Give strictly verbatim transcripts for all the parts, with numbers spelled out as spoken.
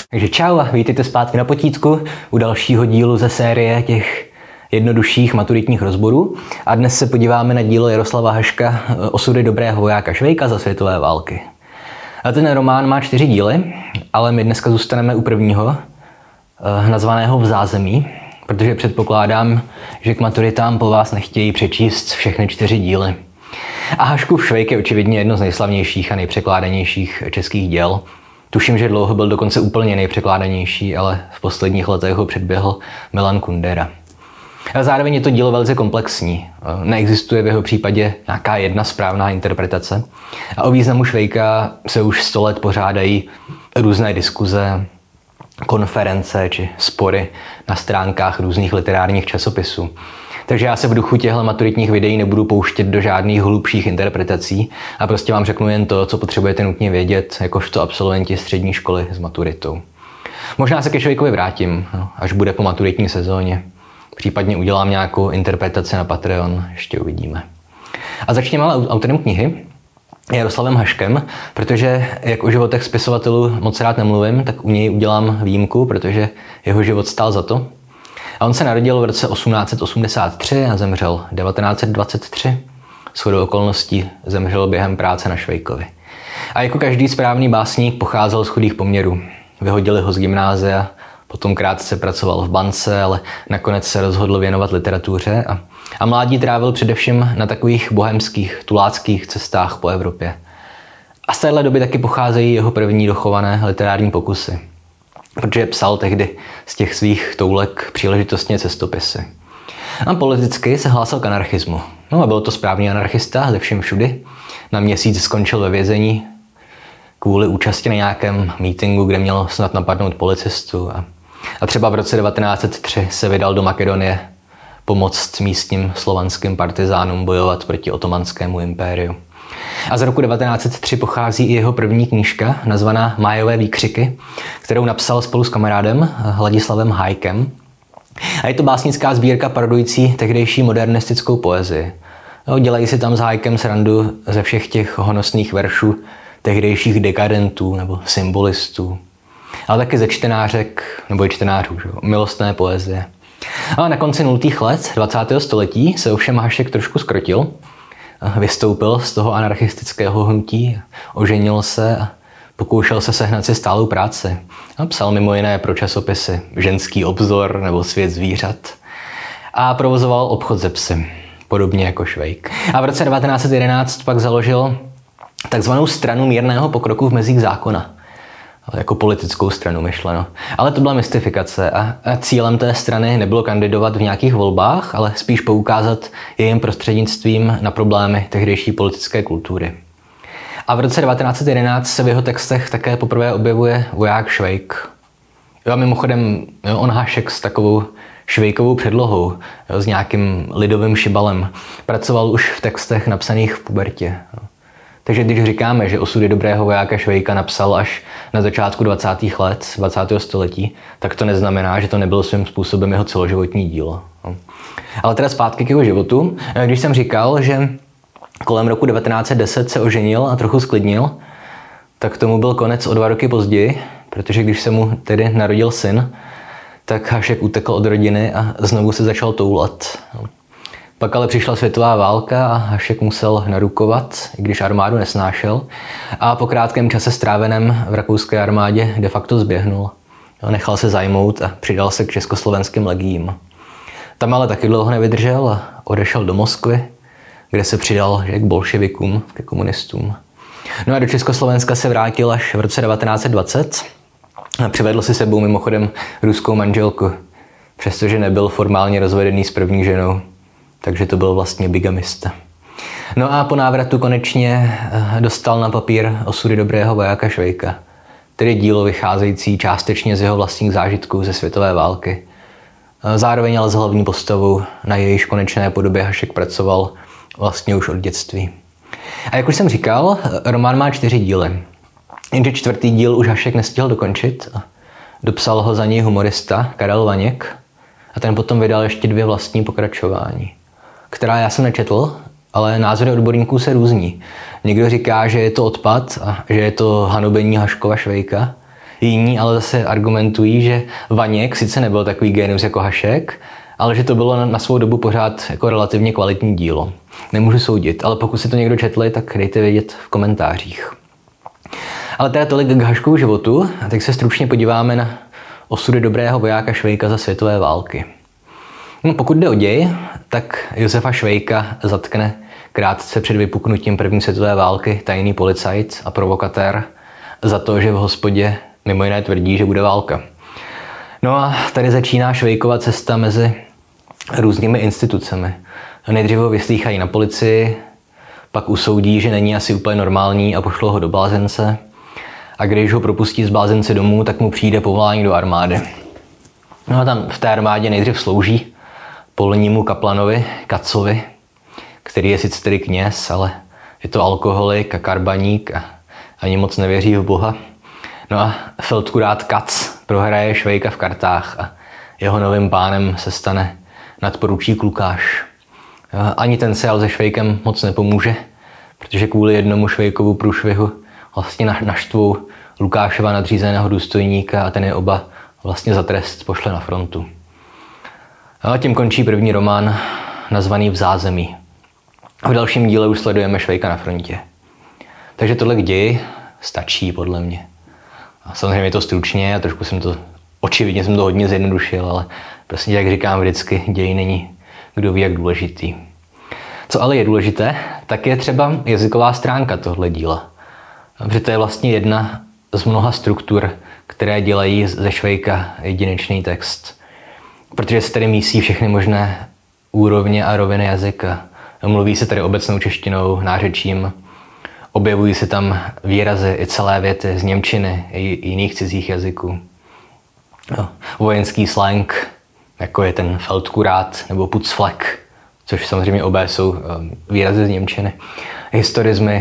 Takže čau a vítejte zpátky na potítku u dalšího dílu ze série těch jednodušších maturitních rozborů. A dnes se podíváme na dílo Jaroslava Haška Osudy dobrého vojáka Švejka za světové války. A ten román má čtyři díly, ale my dneska zůstaneme u prvního, nazvaného V zázemí, protože předpokládám, že k maturitám po vás nechtějí přečíst všechny čtyři díly. A Haškův Švejk je očividně jedno z nejslavnějších a nejpřekládanějších českých děl. Tuším, že dlouho byl dokonce úplně nejpřekládanější, ale v posledních letech ho předběhl Milan Kundera. A zároveň je to dílo velice komplexní. Neexistuje v jeho případě nějaká jedna správná interpretace. A o významu Švejka se už sto let pořádají různé diskuze, konference či spory na stránkách různých literárních časopisů. Takže já se v duchu těchto maturitních videí nebudu pouštět do žádných hlubších interpretací a prostě vám řeknu jen to, co potřebujete nutně vědět, jakožto absolventi střední školy s maturitou. Možná se ke Švejkovi vrátím, až bude po maturitní sezóně. Případně udělám nějakou interpretaci na Patreon, ještě uvidíme. A začněme ale autorem knihy, Jaroslavem Haškem, protože jak o životech spisovatelů moc rád nemluvím, tak u něj udělám výjimku, protože jeho život stál za to. A on se narodil v roce osmnáct set osmdesát tři a zemřel devatenáct set dvacet tři. Shodou okolností zemřel během práce na Švejkovi. A jako každý správný básník pocházel z chudých poměrů. Vyhodili ho z gymnázia, potom krátce pracoval v bance, ale nakonec se rozhodl věnovat literatuře a, a mládí trávil především na takových bohemských, tuláckých cestách po Evropě. A z téhle doby taky pocházejí jeho první dochované literární pokusy, protože psal tehdy z těch svých toulek příležitostně cestopisy. A politicky se hlásil k anarchismu. No a byl to správný anarchista ze všem všudy. Na měsíc skončil ve vězení kvůli účasti na nějakém mítinku, kde měl snad napadnout policistu. A, a třeba v roce devatenáct set tři se vydal do Makedonie pomoct místním slovanským partizánům bojovat proti otomanskému impériu. A z roku devatenáct set tři pochází i jeho první knížka, nazvaná Májové výkřiky, kterou napsal spolu s kamarádem Ladislavem Hájkem. A je to básnická sbírka parodující tehdejší modernistickou poezii. No, dělají si tam s Hájkem srandu ze všech těch honosných veršů tehdejších dekadentů nebo symbolistů. Ale taky ze čtenářek nebo i čtenářů, že? Milostné poezie. Ale na konci nultých let dvacátého století se ovšem Hašek trošku zkrotil. Vystoupil z toho anarchistického hnutí, oženil se a pokoušel se sehnat si stálou práci. A psal mimo jiné pro časopisy Ženský obzor nebo Svět zvířat. A provozoval obchod se psy, podobně jako Švejk. A v roce devatenáct set jedenáct pak založil takzvanou stranu mírného pokroku v mezích zákona. Jako politickou stranu myšleno. Ale to byla mystifikace a cílem té strany nebylo kandidovat v nějakých volbách, ale spíš poukázat jejím prostřednictvím na problémy tehdejší politické kultury. A v roce devatenáct set jedenáct se v jeho textech také poprvé objevuje voják Švejk. Jo, a mimochodem jo, on Hašek s takovou švejkovou předlohou, jo, s nějakým lidovým šibalem, pracoval už v textech napsaných v pubertě. Jo. Takže když říkáme, že Osudy dobrého vojáka Švejka napsal až na začátku dvacátých let dvacátého století, tak to neznamená, že to nebylo svým způsobem jeho celoživotní dílo. Ale teda zpátky k jeho životu. Když jsem říkal, že kolem roku devatenáct set deset se oženil a trochu sklidnil, tak tomu byl konec o dva roky později, protože když se mu tedy narodil syn, tak Hašek utekl od rodiny a znovu se začal toulat. Pak ale přišla světová válka a Hašek musel narukovat, i když armádu nesnášel. A po krátkém čase stráveném v rakouské armádě de facto zběhnul. Nechal se zajmout a přidal se k československým legiím. Tam ale taky dlouho nevydržel a odešel do Moskvy, kde se přidal k bolševikům, ke komunistům. No a do Československa se vrátil až v roce devatenáct set dvacet. A přivedl si sebou mimochodem ruskou manželku, přestože nebyl formálně rozvedený s první ženou. Takže to byl vlastně bigamista. No a po návratu konečně dostal na papír Osudy dobrého vojáka Švejka, tedy dílo vycházející částečně z jeho vlastních zážitků ze světové války. Zároveň ale s hlavní postavou, na jejíž konečné podobě Hašek pracoval vlastně už od dětství. A jak už jsem říkal, román má čtyři díly. Jenže čtvrtý díl už Hašek nestihl dokončit a dopsal ho za něj humorista Karel Vaněk a ten potom vydal ještě dvě vlastní pokračování, která já jsem nečetl, ale názory odborníků se různí. Někdo říká, že je to odpad a že je to hanobení Haškova Švejka. Jiní ale zase argumentují, že Vaněk sice nebyl takový génius jako Hašek, ale že to bylo na svou dobu pořád jako relativně kvalitní dílo. Nemůžu soudit, ale pokud si to někdo četli, tak dejte vědět v komentářích. Ale teda tolik k Haškovu životu a teď se stručně podíváme na osudy dobrého vojáka Švejka za světové války. No, pokud jde o děj, tak Josefa Švejka zatkne krátce před vypuknutím první světové války tajný policajt a provokatér za to, že v hospodě mimo jiné tvrdí, že bude válka. No a tady začíná Švejkova cesta mezi různými institucemi. Nejdříve ho vyslýchají na policii, pak usoudí, že není asi úplně normální a pošlou ho do blázence. A když ho propustí z blázence domů, tak mu přijde povolání do armády. No a tam v té armádě nejdřív slouží polnímu kaplanovi, Kacovi, který je sice tedy kněz, ale je to alkoholik a karbaník a ani moc nevěří v Boha. No a feldkurát Kac prohraje Švejka v kartách a jeho novým pánem se stane nadporučík Lukáš. Ani ten se ale se Švejkem moc nepomůže, protože kvůli jednomu Švejkovu průšvihu vlastně naštvou Lukášova nadřízeného důstojníka a ten je oba vlastně za trest pošle na frontu. A tím končí první román nazvaný V zázemí. V dalším díle už sledujeme Švejka na frontě. Takže tohle k ději stačí podle mě. A samozřejmě je to stručně a trošku jsem to, očividně jsem to hodně zjednodušil, ale prostě jak říkám vždycky, děj není kdo ví jak důležitý. Co ale je důležité, tak je třeba jazyková stránka tohle díla. Protože to je vlastně jedna z mnoha struktur, které dělají ze Švejka jedinečný text. Protože se tady mísí všechny možné úrovně a roviny jazyka. Mluví se tady obecnou češtinou, nářečím. Objevují se tam výrazy i celé věty z němčiny i jiných cizích jazyků. No, vojenský slang, jako je ten feldkurát nebo pucflek, což samozřejmě obé jsou výrazy z němčiny. Historizmy,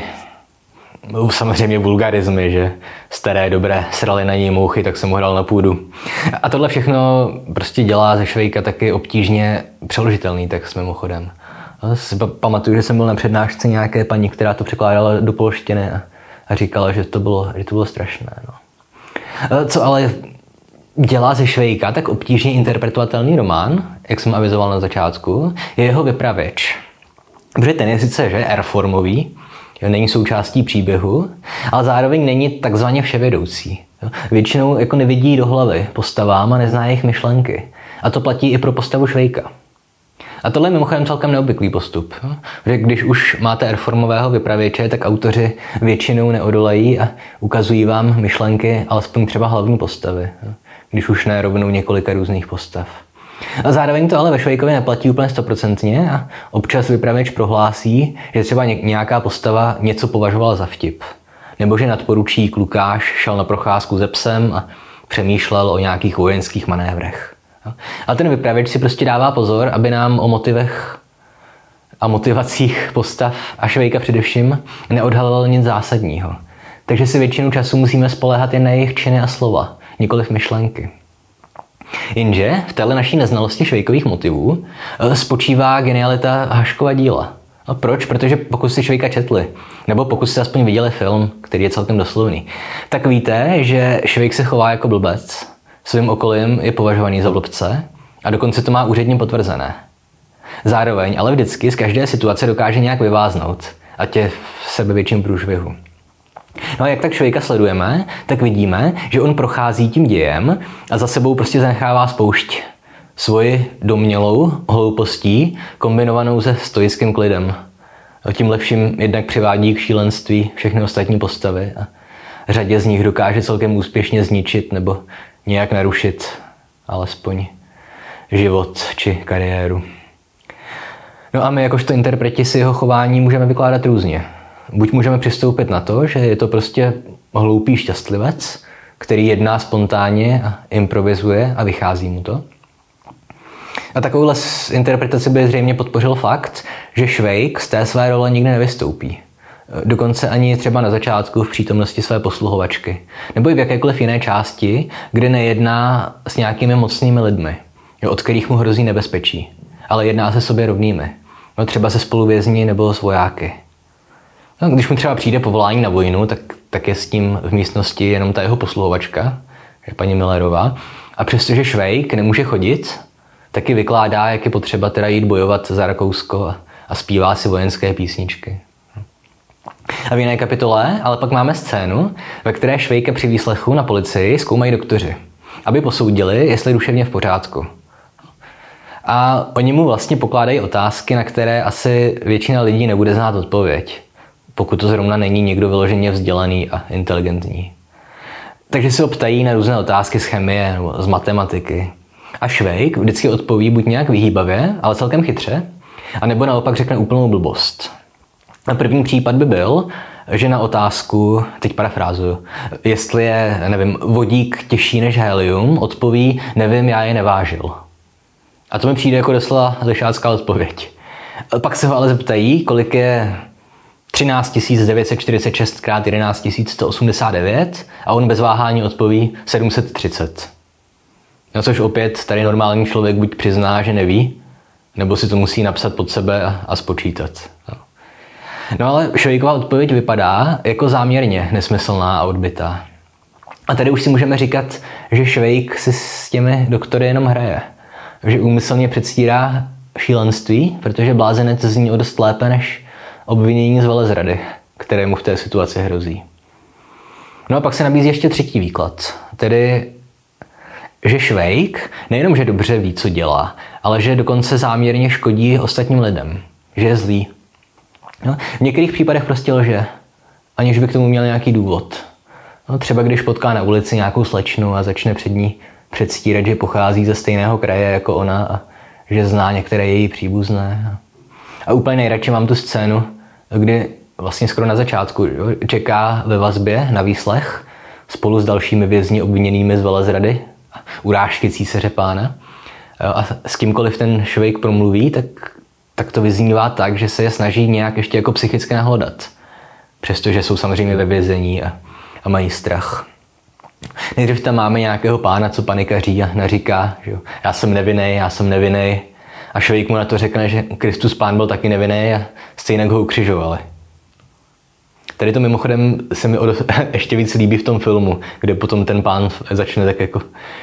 samozřejmě vulgarizmy, že staré dobré srali na ní mouchy, tak jsem ho dal na půdu. A tohle všechno prostě dělá ze Švejka taky obtížně přeložitelný text mimochodem. Pamatuju, že jsem byl na přednášce nějaké paní, která to překládala do polštiny a, a říkala, že to bylo, že to bylo strašné. No. Co ale dělá ze Švejka tak obtížně interpretovatelný román, jak jsem avizoval na začátku, je jeho vypravěč. Protože ten je sice že R-formový, není součástí příběhu, ale zároveň není takzvaně vševědoucí. Většinou jako nevidí do hlavy postavám a nezná jejich myšlenky. A to platí i pro postavu Švejka. A tohle je mimochodem celkem neobvyklý postup. Že když už máte R-formového vypravěče, tak autoři většinou neodolají a ukazují vám myšlenky alespoň třeba hlavní postavy. Když už ne rovnou několika různých postav. A zároveň to ale ve Švejkově neplatí úplně stoprocentně a občas vypravěč prohlásí, že třeba nějaká postava něco považovala za vtip. Nebo že nadporučík Lukáš šel na procházku se psem a přemýšlel o nějakých vojenských manévrech. A ten vypravěč si prostě dává pozor, aby nám o motivech a motivacích postav a Švejka především neodhalil nic zásadního. Takže si většinu času musíme spoléhat jen na jejich činy a slova, nikoliv myšlenky. Jenže v téhle naší neznalosti Švejkových motivů spočívá genialita Haškova díla. A proč? Protože pokud si Švejka četli, nebo pokud jste aspoň viděli film, který je celkem doslovný, tak víte, že Švejk se chová jako blbec, svým okolím je považovaný za blbce a dokonce to má úředně potvrzené. Zároveň ale vždycky z každé situace dokáže nějak vyváznout, ať je v sebevětším průšvihu. No a jak tak Švejka sledujeme, tak vidíme, že on prochází tím dějem a za sebou prostě zanechává spoušť svoji domnělou hloupostí kombinovanou se stoickým klidem. Tím lepším jednak přivádí k šílenství všechny ostatní postavy a řadě z nich dokáže celkem úspěšně zničit nebo nějak narušit alespoň život či kariéru. No a my jakožto interpreti si jeho chování můžeme vykládat různě. Buď můžeme přistoupit na to, že je to prostě hloupý šťastlivec, který jedná spontánně a improvizuje a vychází mu to. A takovouhle interpretaci by zřejmě podpořil fakt, že Švejk z té své role nikdy nevystoupí. Dokonce ani třeba na začátku v přítomnosti své posluhovačky. Nebo i v jakékoliv jiné části, kde nejedná s nějakými mocnými lidmi, od kterých mu hrozí nebezpečí. Ale jedná se sobě rovnými. No třeba se spoluvězni nebo s vojáky. No, když mu třeba přijde povolání na vojnu, tak, tak je s tím v místnosti jenom ta jeho posluhovačka, paní Millerová. A přestože Švejk nemůže chodit, taky vykládá, jak je potřeba teda jít bojovat za Rakousko a, a zpívá si vojenské písničky. A v jiné kapitole ale pak máme scénu, ve které Švejka při výslechu na policii zkoumají doktoři, aby posoudili, jestli je duševně v pořádku. A oni mu vlastně pokládají otázky, na které asi většina lidí nebude znát odpověď, pokud to zrovna není někdo vyloženě vzdělaný a inteligentní. Takže se ho ptají na různé otázky z chemie nebo z matematiky. A Švejk vždycky odpoví buď nějak vyhýbavě, ale celkem chytře, anebo naopak řekne úplnou blbost. A první případ by byl, že na otázku, teď parafrázuju, jestli je, nevím, vodík těžší než helium, odpoví, nevím, já je nevážil. A to mi přijde jako doslova lišácká odpověď. Pak se ho ale zeptají, kolik je třináct tisíc devět set čtyřicet šest krát jedenáct tisíc sto osmdesát devět a on bez váhání odpoví sedm set třicet. No, což opět tady normální člověk buď přizná, že neví, nebo si to musí napsat pod sebe a, a spočítat. No. no ale Švejkova odpověď vypadá jako záměrně nesmyslná a odbytá. A tady už si můžeme říkat, že Švejk si s těmi doktory jenom hraje. Že úmyslně předstírá šílenství, protože blázenec zní o dost lépe než obvinění z velezrady, které mu v té situaci hrozí. No a pak se nabízí ještě třetí výklad, tedy že Švejk nejenom, že dobře ví, co dělá, ale že dokonce záměrně škodí ostatním lidem, že je zlý. No, v některých případech prostě lže, aniž by k tomu měl nějaký důvod. No, třeba když potká na ulici nějakou slečnu a začne před ní předstírat, že pochází ze stejného kraje jako ona a že zná některé její příbuzné. A úplně nejradši mám tu scénu, kdy vlastně skoro na začátku čeká ve vazbě na výslech spolu s dalšími vězni obviněnými z velezrady, urážky císaře pána. A s kýmkoliv ten Švejk promluví, tak, tak to vyznívá tak, že se je snaží nějak ještě jako psychicky nahlodat. Přestože jsou samozřejmě ve vězení a, a mají strach. Nejdřív tam máme nějakého pána, co panikaří a naříká, že já jsem nevinnej, já jsem nevinnej. A Švejk mu na to řekne, že Kristus pán byl taky nevinný a stejně ho ukřižovali. Tady to mimochodem se mi ještě víc líbí v tom filmu, kde potom ten pán začne tak jako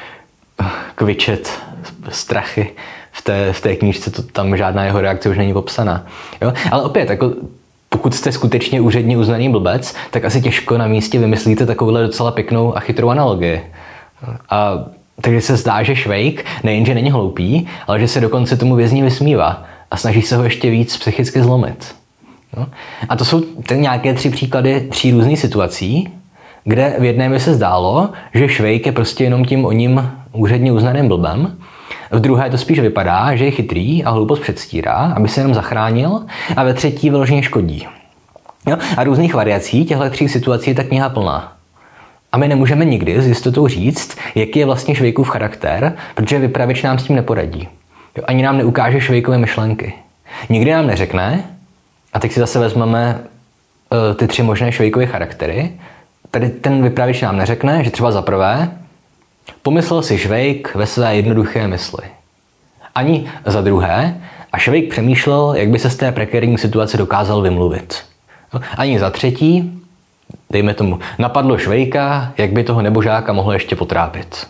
kvičet strachy. V té, v té knížce to, tam žádná jeho reakce už není popsaná. Jo? Ale opět, jako, pokud jste skutečně úředně uznaný blbec, tak asi těžko na místě vymyslíte takovouhle docela pěknou a chytrou analogii. A takže se zdá, že Švejk nejenže není hloupý, ale že se dokonce tomu vězni vysmívá a snaží se ho ještě víc psychicky zlomit. No. A to jsou ten nějaké tři příklady tří různých situací, kde v jedné mi se zdálo, že Švejk je prostě jenom tím oním úředně uznaným blbem, v druhé to spíš vypadá, že je chytrý a hloupost předstírá, aby se jenom zachránil, a ve třetí vyloženě škodí. No. A různých variací těchto tří situací je ta kniha plná. A my nemůžeme nikdy s jistotou říct, jaký je vlastně Švejkův charakter, protože vypravěč nám s tím neporadí. Jo, ani nám neukáže Švejkovy myšlenky. Nikdy nám neřekne, a teď si zase vezmeme uh, ty tři možné Švejkovy charaktery, tady ten vypravěč nám neřekne, že třeba za prvé pomyslel si Švejk ve své jednoduché mysli. Ani za druhé, a Švejk přemýšlel, jak by se z té prekérní situace dokázal vymluvit. Jo, ani za třetí, dejme tomu, napadlo Švejka, jak by toho nebožáka mohlo ještě potrápit.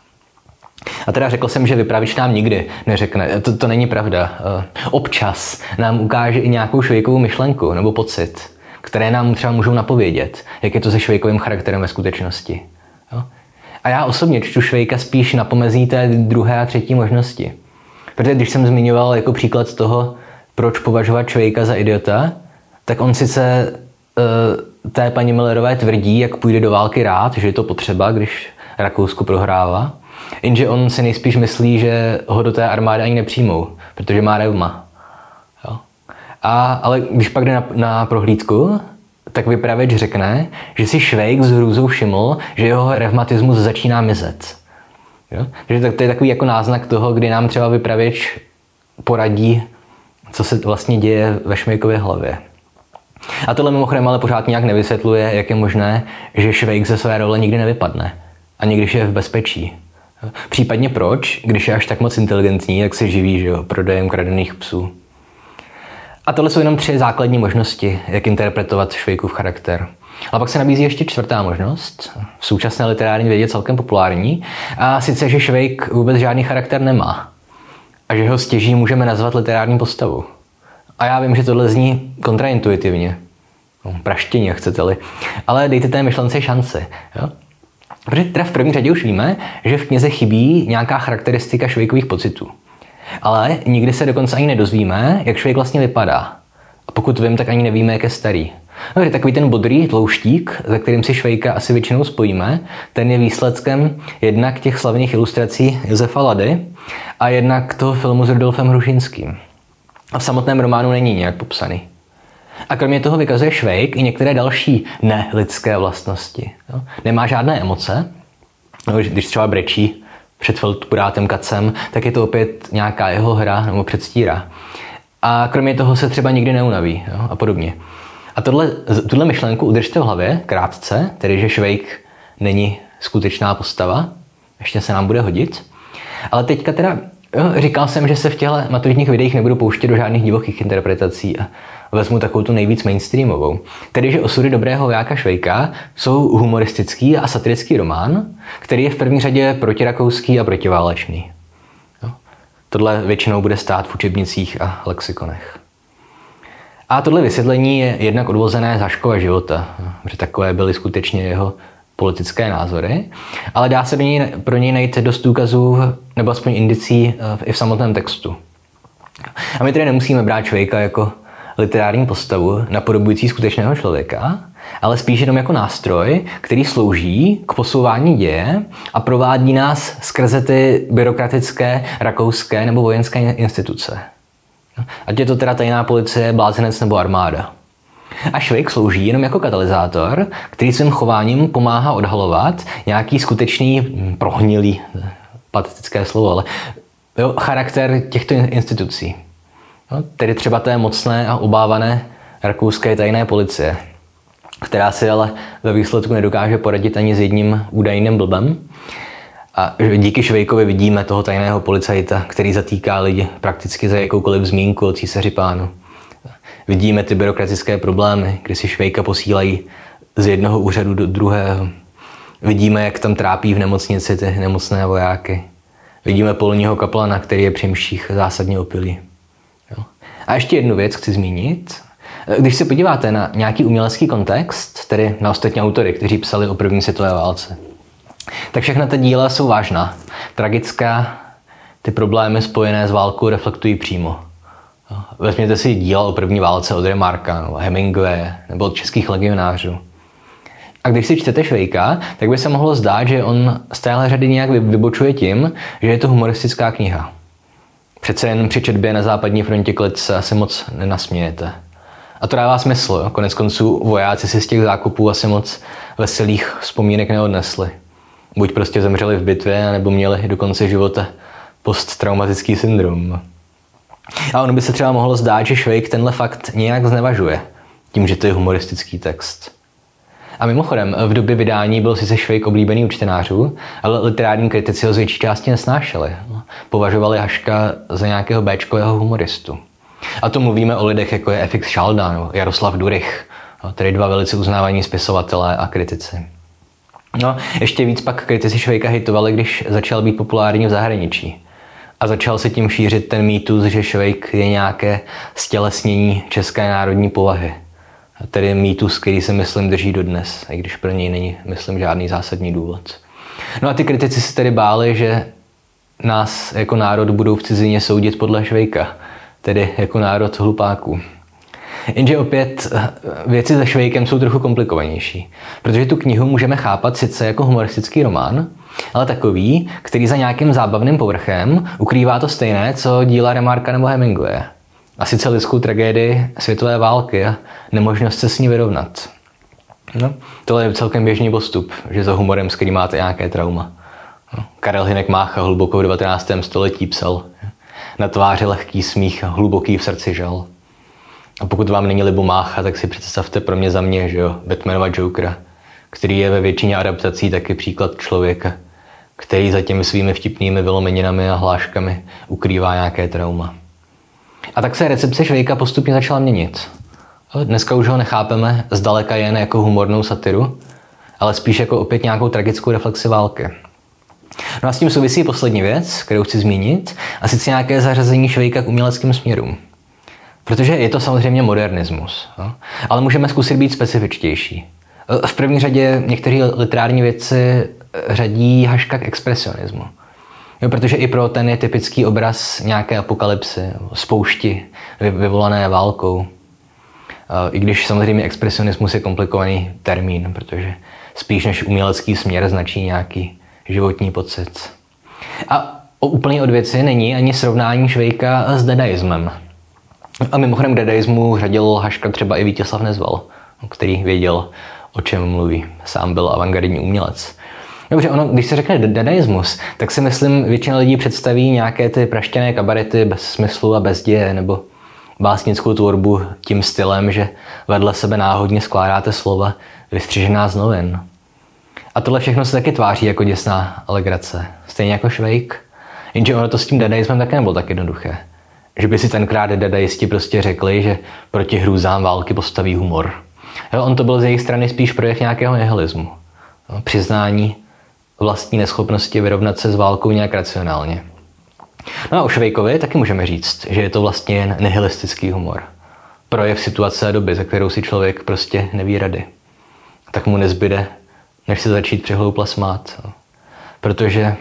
A teda řekl jsem, že vypravěč nám nikdy neřekne. To, to není pravda. Občas nám ukáže i nějakou Švejkovou myšlenku nebo pocit, které nám třeba můžou napovědět, jak je to se Švejkovým charakterem ve skutečnosti. Jo? A já osobně čtu Švejka spíš na pomezí té druhé a třetí možnosti. Protože když jsem zmiňoval jako příklad toho, proč považovat Švejka za idiota, tak on sice uh, té paní Millerové tvrdí, jak půjde do války rád, že je to potřeba, když Rakousko prohrává. Jenže on si nejspíš myslí, že ho do té armády ani nepřijmou, protože má reuma. Jo? A, ale když pak jde na, na prohlídku, tak vypravěč řekne, že si Švejk s hrůzou všiml, že jeho revmatismus začíná mizet. Jo? Takže to je takový jako náznak toho, kdy nám třeba vypravěč poradí, co se vlastně děje ve Švejkově hlavě. A tohle mimochodem ale pořád nějak nevysvětluje, jak je možné, že Švejk ze své role nikdy nevypadne. Ani když je v bezpečí. Případně proč, když je až tak moc inteligentní, jak se živí, že jo, prodejem kradených psů. A tohle jsou jenom tři základní možnosti, jak interpretovat Švejkův charakter. Ale pak se nabízí ještě čtvrtá možnost, v současné literární vědě celkem populární, a sice, že Švejk vůbec žádný charakter nemá a že ho stěží můžeme nazvat literární postavou. A já vím, že tohle zní kontraintuitivně, no, praštěně chcete-li, ale dejte té myšlence šanci. Jo? Protože teda v první řadě už víme, že v knize chybí nějaká charakteristika Švejkových pocitů. Ale nikdy se dokonce ani nedozvíme, jak Švejk vlastně vypadá. A pokud vím, tak ani nevíme, jak je starý. No, takový ten bodrý tlouštík, za kterým si Švejka asi většinou spojíme, ten je výsledkem jednak těch slavných ilustrací Josefa Lady a jednak toho filmu s Rudolfem Hrušínským. A v samotném románu není nějak popsaný. A kromě toho vykazuje Švejk i některé další nelidské vlastnosti. Jo? Nemá žádné emoce, no, když třeba brečí před Feldpurátem Kacem, tak je to opět nějaká jeho hra nebo předstírá. A kromě toho se třeba nikdy neunaví, jo? A podobně. A tohle, tuhle myšlenku udržte v hlavě krátce, tedy že Švejk není skutečná postava, ještě se nám bude hodit. Ale teďka teda, jo, říkal jsem, že se v těchto maturitních videích nebudu pouštět do žádných divokých interpretací a vezmu takovou tu nejvíc mainstreamovou. Tedy, že Osudy dobrého vojáka Švejka jsou humoristický a satirický román, který je v první řadě protirakouský a protiválečný. Jo. Tohle většinou bude stát v učebnicích a lexikonech. A tohle vysvětlení je jednak odvozené z Haškova života, protože takové byly skutečně jeho politické názory, ale dá se do něj, pro něj najít dost důkazů, nebo aspoň indicí i v samotném textu. A my tedy nemusíme brát Švejka jako literární postavu napodobující skutečného člověka, ale spíš jenom jako nástroj, který slouží k posouvání děje a provádí nás skrze ty byrokratické, rakouské nebo vojenské instituce. Ať je to teda tajná policie, blázinec nebo armáda. A Švejk slouží jenom jako katalyzátor, který svým chováním pomáhá odhalovat nějaký skutečný, prohnilý, patetické slovo, ale jo, charakter těchto institucí. No, tedy třeba té mocné a obávané rakouské tajné policie, která si ale ve výsledku nedokáže poradit ani s jedním údajným blbem. A díky Švejkovi vidíme toho tajného policajta, který zatýká lidi prakticky za jakoukoliv zmínku o císaři pánu. Vidíme ty byrokratické problémy, kdy si Švejka posílají z jednoho úřadu do druhého. Vidíme, jak tam trápí v nemocnici ty nemocné vojáky. Vidíme polního kaplana, který je při mších zásadně opilý. Jo. A ještě jednu věc chci zmínit. Když se podíváte na nějaký umělecký kontext, tedy na ostatní autory, kteří psali o první světové válce, tak všechna ta díla jsou vážná, tragická, ty problémy spojené s válkou reflektují přímo. Vezměte si díla o první válce od Remarka, nebo Hemingwaye, nebo od českých legionářů. A když si čtete Švejka, tak by se mohlo zdát, že on z téhle řady nějak vybočuje tím, že je to humoristická kniha. Přece jen při četbě Na západní frontě klid se asi moc nenasmějete. A to dává smysl, jo? Konec konců vojáci si z těch zákupů asi moc veselých vzpomínek neodnesli. Buď prostě zemřeli v bitvě, nebo měli do konce života posttraumatický syndrom. A ono by se třeba mohlo zdát, že Švejk tenhle fakt nějak znevažuje, tím, že to je humoristický text. A mimochodem, v době vydání byl sice Švejk oblíbený u čtenářů, ale literární kritici ho z větší části nesnášeli. Považovali Haška za nějakého béčkového humoristu. A to mluvíme o lidech, jako je F X Šalda nebo Jaroslav Durych, tedy dva velice uznávaní spisovatelé a kritici. No, ještě víc pak kritici Švejka hejtovali, když začal být populární v zahraničí. A začal se tím šířit ten mýtus, že Švejk je nějaké stělesnění české národní povahy. Tedy mýtus, který se, myslím, drží dodnes, i když pro něj není, myslím, žádný zásadní důvod. No a ty kritici se tedy báli, že nás jako národ budou v cizině soudit podle Švejka, tedy jako národ hlupáků. Jenže opět věci se Švejkem jsou trochu komplikovanější, protože tu knihu můžeme chápat sice jako humoristický román, ale takový, který za nějakým zábavným povrchem ukrývá to stejné, co díla Remarka nebo Hemingwaye. A sice lidskou tragédii světové války a nemožnost se s ní vyrovnat. No, tohle je celkem běžný postup, že za humorem skrýmáte nějaké trauma. No, Karel Hynek Mácha hluboko v devatenáctém století psal: na tváři lehký smích, hluboký v srdci žal. A pokud vám není libo Mácha, tak si představte pro mě za mě, že jo, Batmanova Jokera, který je ve většině adaptací taky příklad člověka, který za těmi svými vtipnými vylomeninami a hláškami ukrývá nějaké trauma. A tak se recepce Švejka postupně začala měnit. Dneska už ho nechápeme zdaleka jen jako humornou satiru, ale spíš jako opět nějakou tragickou reflexi války. No a s tím souvisí poslední věc, kterou chci zmínit, a sice nějaké zařazení Švejka k uměleckým směrům. Protože je to samozřejmě modernismus, no? Ale můžeme zkusit být specifičtější. V první řadě někteří literární vědci řadí Haška k expresionismu. Jo, protože i pro ten je typický obraz nějaké apokalypsy, spoušti vyvolané válkou. I když samozřejmě expresionismus je komplikovaný termín, protože spíš než umělecký směr značí nějaký životní pocit. A o úplně od věci není ani srovnání Švejka s dadaismem. A mimochodem k dadaismu řadil Haška třeba i Vítězslav Nezval, který věděl, o čem mluví. Sám byl avantgardní umělec. Dobře, ono, když se řekne dadaismus, tak si myslím, většina lidí představí nějaké ty praštěné kabarety bez smyslu a bez děje, nebo básnickou tvorbu tím stylem, že vedle sebe náhodně skládáte slova vystřižená z novin. A tohle všechno se taky tváří jako děsná alegrace. Stejně jako Švejk. Jenže ono to s tím dadaismem také nebylo tak jednoduché. Že by si tenkrát dadaisti prostě řekli, že proti hrůzám války postaví humor. Jo, on to byl z jejich strany spíš projev nějakého nihilismu. No, přiznání vlastní neschopnosti vyrovnat se s válkou nějak racionálně. No a o Švejkovi taky můžeme říct, že je to vlastně jen nihilistický humor. Projev situace a doby, za kterou si člověk prostě neví rady. Tak mu nezbyde, než se začít přihloupla smát. Protože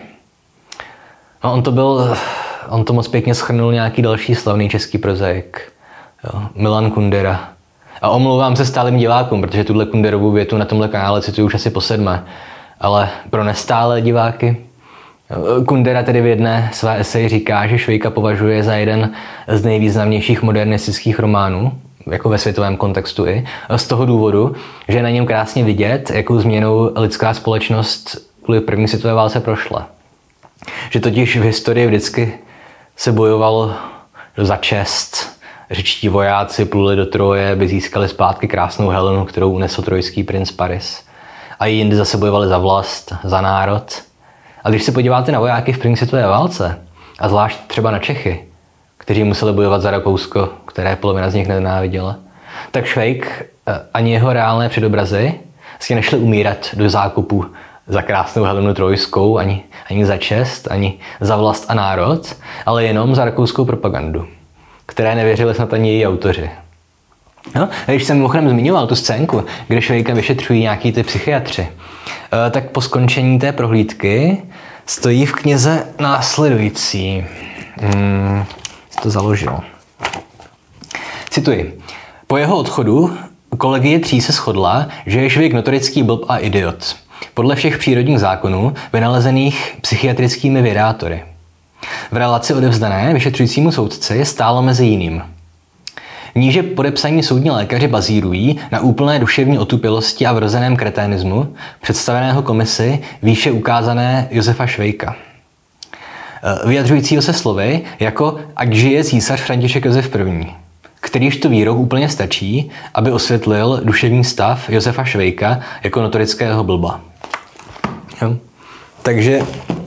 no, on to byl, on to moc pěkně shrnul nějaký další slavný český prozaik. Jo, Milan Kundera. A omlouvám se stálým divákům, protože tuhle Kunderovu větu na tomhle kanále cituju už asi po sedmé. Ale pro nestálé diváky Kundera tedy v jedné své eseji říká, že Švejka považuje za jeden z nejvýznamnějších modernistických románů, jako ve světovém kontextu i, z toho důvodu, že je na něm krásně vidět, jakou změnou lidská společnost kvůli první světové válce prošla. Že totiž v historii vždycky se bojovalo za čest. Řečtí vojáci pluli do Troje, aby získali zpátky krásnou Helenu, kterou unesl trojský princ Paris. A jindy zase bojovali za vlast, za národ. A když se podíváte na vojáky v první světové válce, a zvlášť třeba na Čechy, kteří museli bojovat za Rakousko, které polovina z nich nenáviděla, tak Švejk ani jeho reálné předobrazy si nešli umírat do zákupu za krásnou Helenu Trojskou, ani, ani za čest, ani za vlast a národ, ale jenom za rakouskou propagandu, které nevěřili snad ani její autoři. No, když jsem mimochodem zmiňoval tu scénku, kde Švejka vyšetřují nějaký ty psychiatři, tak po skončení té prohlídky stojí v knize následující. Hmm, to založil. Cituji. Po jeho odchodu kolegie tří se shodla, že je Švejk notorický blb a idiot. Podle všech přírodních zákonů vynalezených psychiatrickými vědátory. V relaci odevzdané vyšetřujícímu soudci stálo mezi jiným. Níže podepsaní soudní lékaři bazírují na úplné duševní otupělosti a vrozeném kreténismu představeného komisi výše ukázané Josefa Švejka. Vyjadřujícího se slovy jako ať žije císař František Josef I., kterýž to výrok úplně stačí, aby osvětlil duševní stav Josefa Švejka jako notorického blba. Jo. Takže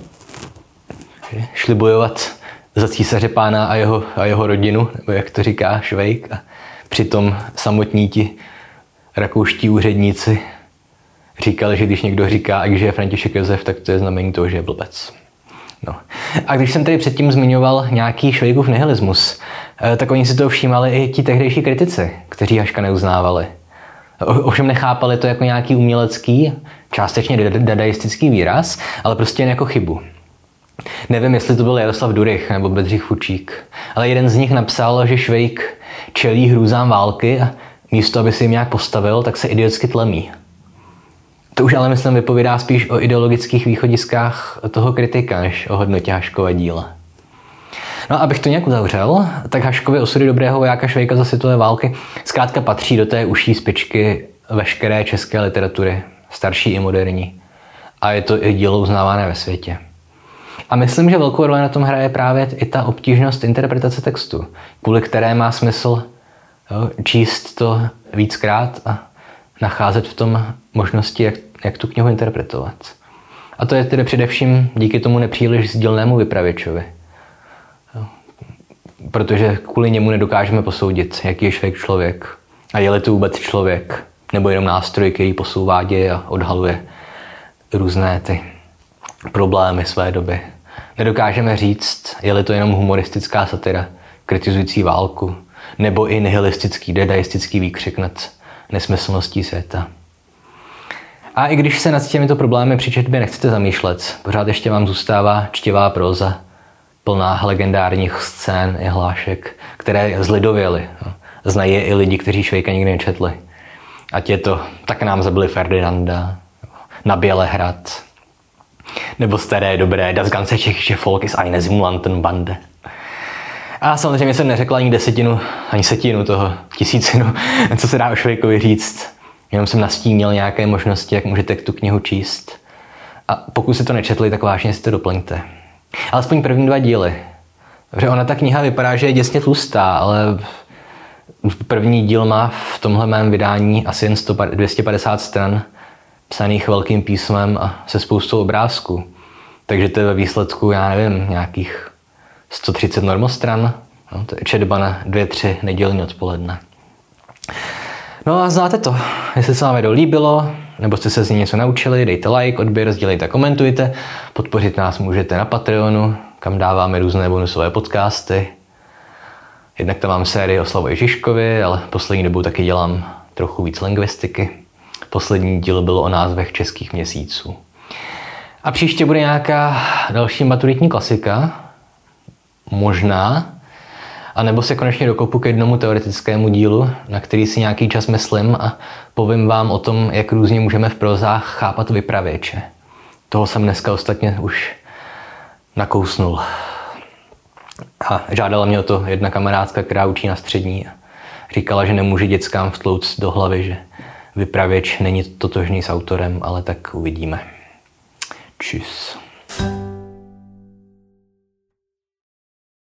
šli bojovat za císaře pána a jeho, a jeho rodinu, nebo jak to říká Švejk, a přitom samotní ti rakouští úředníci říkali, že když někdo říká, že je František Josef, tak to je znamení toho, že je blbec. No. A když jsem tady předtím zmiňoval nějaký Švejkův nihilismus, tak oni si to všímali i ti tehdejší kritici, kteří Haška neuznávali. Ovšem nechápali to jako nějaký umělecký, částečně dadaistický výraz, ale prostě jen jako chybu. Nevím, jestli to byl Jaroslav Durych nebo Bedřich Fučík, ale jeden z nich napsal, že Švejk čelí hrůzám války a místo, aby si jim nějak postavil, tak se idiotsky tlemí. To už ale myslím vypovídá spíš o ideologických východiskách toho kritika, než o hodnotě Haškova díla. No a abych to nějak uzavřel, tak Haškovy Osudy dobrého vojáka Švejka za světové války zkrátka patří do té užší špičky veškeré české literatury, starší i moderní. A je to i dílo uznávané ve světě. A myslím, že velkou roli na tom hraje právě i ta obtížnost interpretace textu, kvůli které má smysl jo, číst to víckrát a nacházet v tom možnosti, jak, jak tu knihu interpretovat. A to je tedy především díky tomu nepříliš sdílnému vypravěčovi. Jo. protože kvůli němu nedokážeme posoudit, jaký je člověk člověk. A je-li to vůbec člověk, nebo jenom nástroj, který posouvá děje a odhaluje různé ty problémy své doby. Nedokážeme říct, je-li to jenom humoristická satira, kritizující válku, nebo i nihilistický, dadaistický výkřik nad nesmyslností světa. A i když se nad těmito problémy při četbě nechcete zamýšlet, pořád ještě vám zůstává čtivá próza, plná legendárních scén i hlášek, které zlidověly. Znají je i lidi, kteří Švejka nikdy nečetli. Ať je to Tak nám zabili Ferdinanda, Na Bělehrad, nebo staré dobré Das ganze tschechische Volk ist eine Simulantenbande. A samozřejmě jsem neřekl ani desetinu, ani setinu toho, tisícinu, co se dá o Švejkovi říct. Jenom jsem nastínil nějaké možnosti, jak můžete tu knihu číst. A pokud si to nečetli, tak vážně si to doplňte. Alespoň první dva díly. Protože ona ta kniha vypadá, že je děsně tlustá, ale první díl má v tomhle mém vydání asi jen dvě stě padesát stran, psaných velkým písmem a se spoustou obrázků. Takže to je ve výsledku, já nevím, nějakých sto třicet normostran. No, to je četba na dvě, tři nedělní odpoledne. No a znáte to. Jestli se vám video líbilo, nebo jste se z ní něco naučili, dejte like, odběr, sdílejte, komentujte. Podpořit nás můžete na Patreonu, kam dáváme různé bonusové podcasty. Jednak tam mám sérii o Slavoji Žižkovi, ale poslední dobou taky dělám trochu víc lingvistiky. Poslední díl byl o názvech českých měsíců. A příště bude nějaká další maturitní klasika. Možná. A nebo se konečně dokopu k jednomu teoretickému dílu, na který si nějaký čas myslím a povím vám o tom, jak různě můžeme v prozách chápat vypravěče. Toho jsem dneska ostatně už nakousnul. A žádala mě o to jedna kamarádka, která učí na střední. Říkala, že nemůže dětskám vtlouct do hlavy, že vypravěč není totožný s autorem, ale tak uvidíme. Čus.